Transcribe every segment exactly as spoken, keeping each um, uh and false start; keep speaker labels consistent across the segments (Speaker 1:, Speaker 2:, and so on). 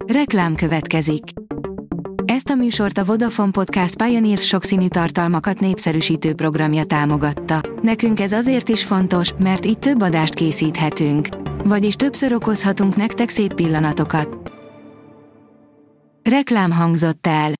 Speaker 1: Reklám következik. Ezt a műsort a Vodafone Podcast Pioneer sokszínű tartalmakat népszerűsítő programja támogatta. Nekünk ez azért is fontos, mert így több adást készíthetünk. Vagyis többször okozhatunk nektek szép pillanatokat. Reklám hangzott el.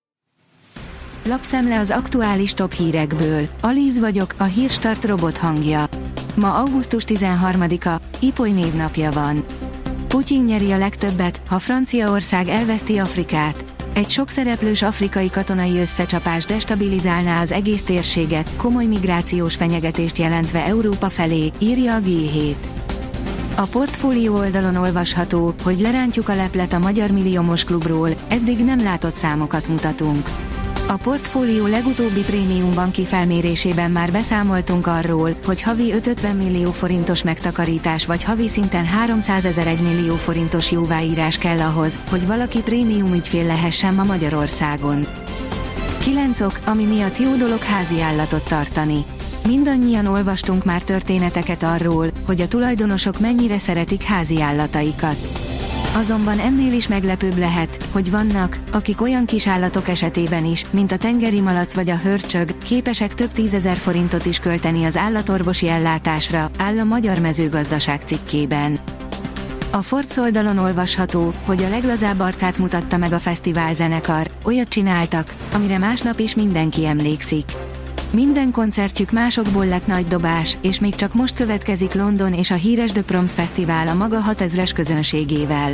Speaker 1: Lapszemle az aktuális top hírekből. Alíz vagyok, a Hírstart robot hangja. Ma augusztus tizenharmadika, Ipoly névnapja van. Putyin nyeri a legtöbbet, ha Franciaország elveszti Afrikát. Egy sokszereplős afrikai katonai összecsapás destabilizálná az egész térséget, komoly migrációs fenyegetést jelentve Európa felé, írja a gé hét. A portfólió oldalon olvasható, hogy lerántjuk a leplet a Magyar Milliómos Klubról, eddig nem látott számokat mutatunk. A portfólió legutóbbi prémium banki felmérésében már beszámoltunk arról, hogy havi ötszázötven millió forintos megtakarítás vagy havi szinten háromszázezer millió forintos jóváírás kell ahhoz, hogy valaki prémium ügyfél lehessen ma Magyarországon. kilenc ok, ami miatt jó dolog háziállatot tartani. Mindannyian olvastunk már történeteket arról, hogy a tulajdonosok mennyire szeretik háziállataikat. Azonban ennél is meglepőbb lehet, hogy vannak, akik olyan kis állatok esetében is, mint a tengeri malac vagy a hörcsög, képesek több tízezer forintot is költeni az állatorvosi ellátásra, áll a Magyar Mezőgazdaság cikkében. A Forbes oldalon olvasható, hogy a leglazább arcát mutatta meg a fesztivál zenekar, olyat csináltak, amire másnap is mindenki emlékszik. Minden koncertjük másokból lett nagy dobás, és még csak most következik London és a híres The Proms Fesztivál a maga hatezres közönségével.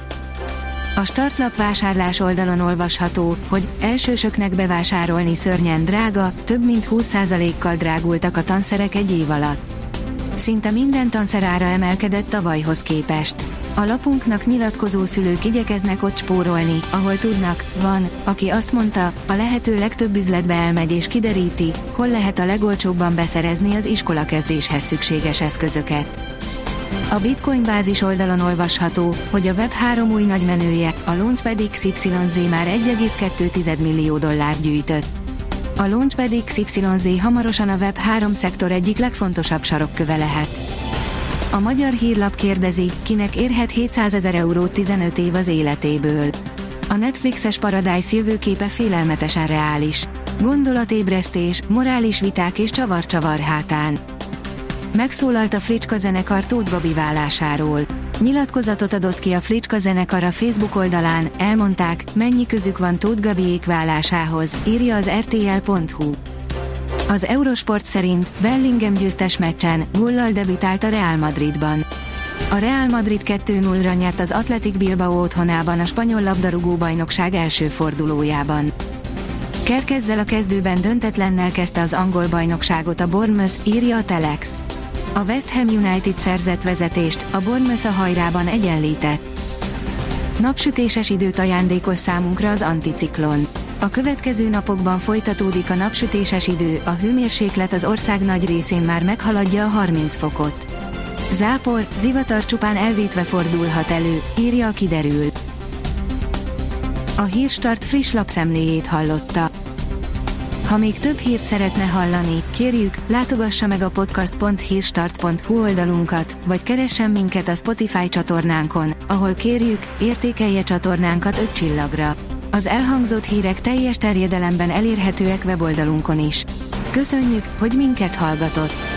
Speaker 1: A startlap vásárlás oldalon olvasható, hogy elsősöknek bevásárolni szörnyen drága, több mint húsz százalékkal drágultak a tanszerek egy év alatt. Szinte minden tanszerára emelkedett tavalyhoz képest. A lapunknak nyilatkozó szülők igyekeznek ott spórolni, ahol tudnak. Van, aki azt mondta, a lehető legtöbb üzletbe elmegy és kideríti, hol lehet a legolcsóbban beszerezni az iskolakezdéshez szükséges eszközöket. A Bitcoin bázis oldalon olvasható, hogy a web három új nagymenője, a Launchpad iksz ipszilon zé már egy egész kettő millió dollárt gyűjtött. A Launchpad iksz ipszilon zé hamarosan a web három szektor egyik legfontosabb sarokköve lehet. A Magyar Hírlap kérdezi, kinek érhet hétszázezer eurót tizenöt év az életéből. A Netflixes Paradise jövőképe félelmetesen reális. Gondolatébresztés, morális viták és csavar-csavar hátán. Megszólalt a Fricska zenekar Tóth Gabi válásáról. Nyilatkozatot adott ki a Fricska zenekar a Facebook oldalán, elmondták, mennyi közük van Tóth Gabiék válásához, írja az er té el pont hú. Az Eurosport szerint Bellingham győztes meccsen góllal debütált a Real Madridban. A Real Madrid kettő nullra nyert az Athletic Bilbao otthonában a spanyol labdarúgó-bajnokság első fordulójában. Kerkezzel a kezdőben döntetlennel kezdte az angol bajnokságot a Bournemouth, írja a Telex. A West Ham United szerzett vezetést, a Bournemouth a hajrában egyenlített. Napsütéses időt ajándékoz számunkra az anticiklon. A következő napokban folytatódik a napsütéses idő, a hőmérséklet az ország nagy részén már meghaladja a harminc fokot. Zápor, zivatar csupán elvétve fordulhat elő, írja a Kiderül. A Hírstart friss lapszemléjét hallotta. Ha még több hírt szeretne hallani, kérjük, látogassa meg a podcast pont hírstart pont hú oldalunkat, vagy keressen minket a Spotify csatornánkon, ahol kérjük, értékelje csatornánkat öt csillagra. Az elhangzott hírek teljes terjedelemben elérhetőek weboldalunkon is. Köszönjük, hogy minket hallgatott!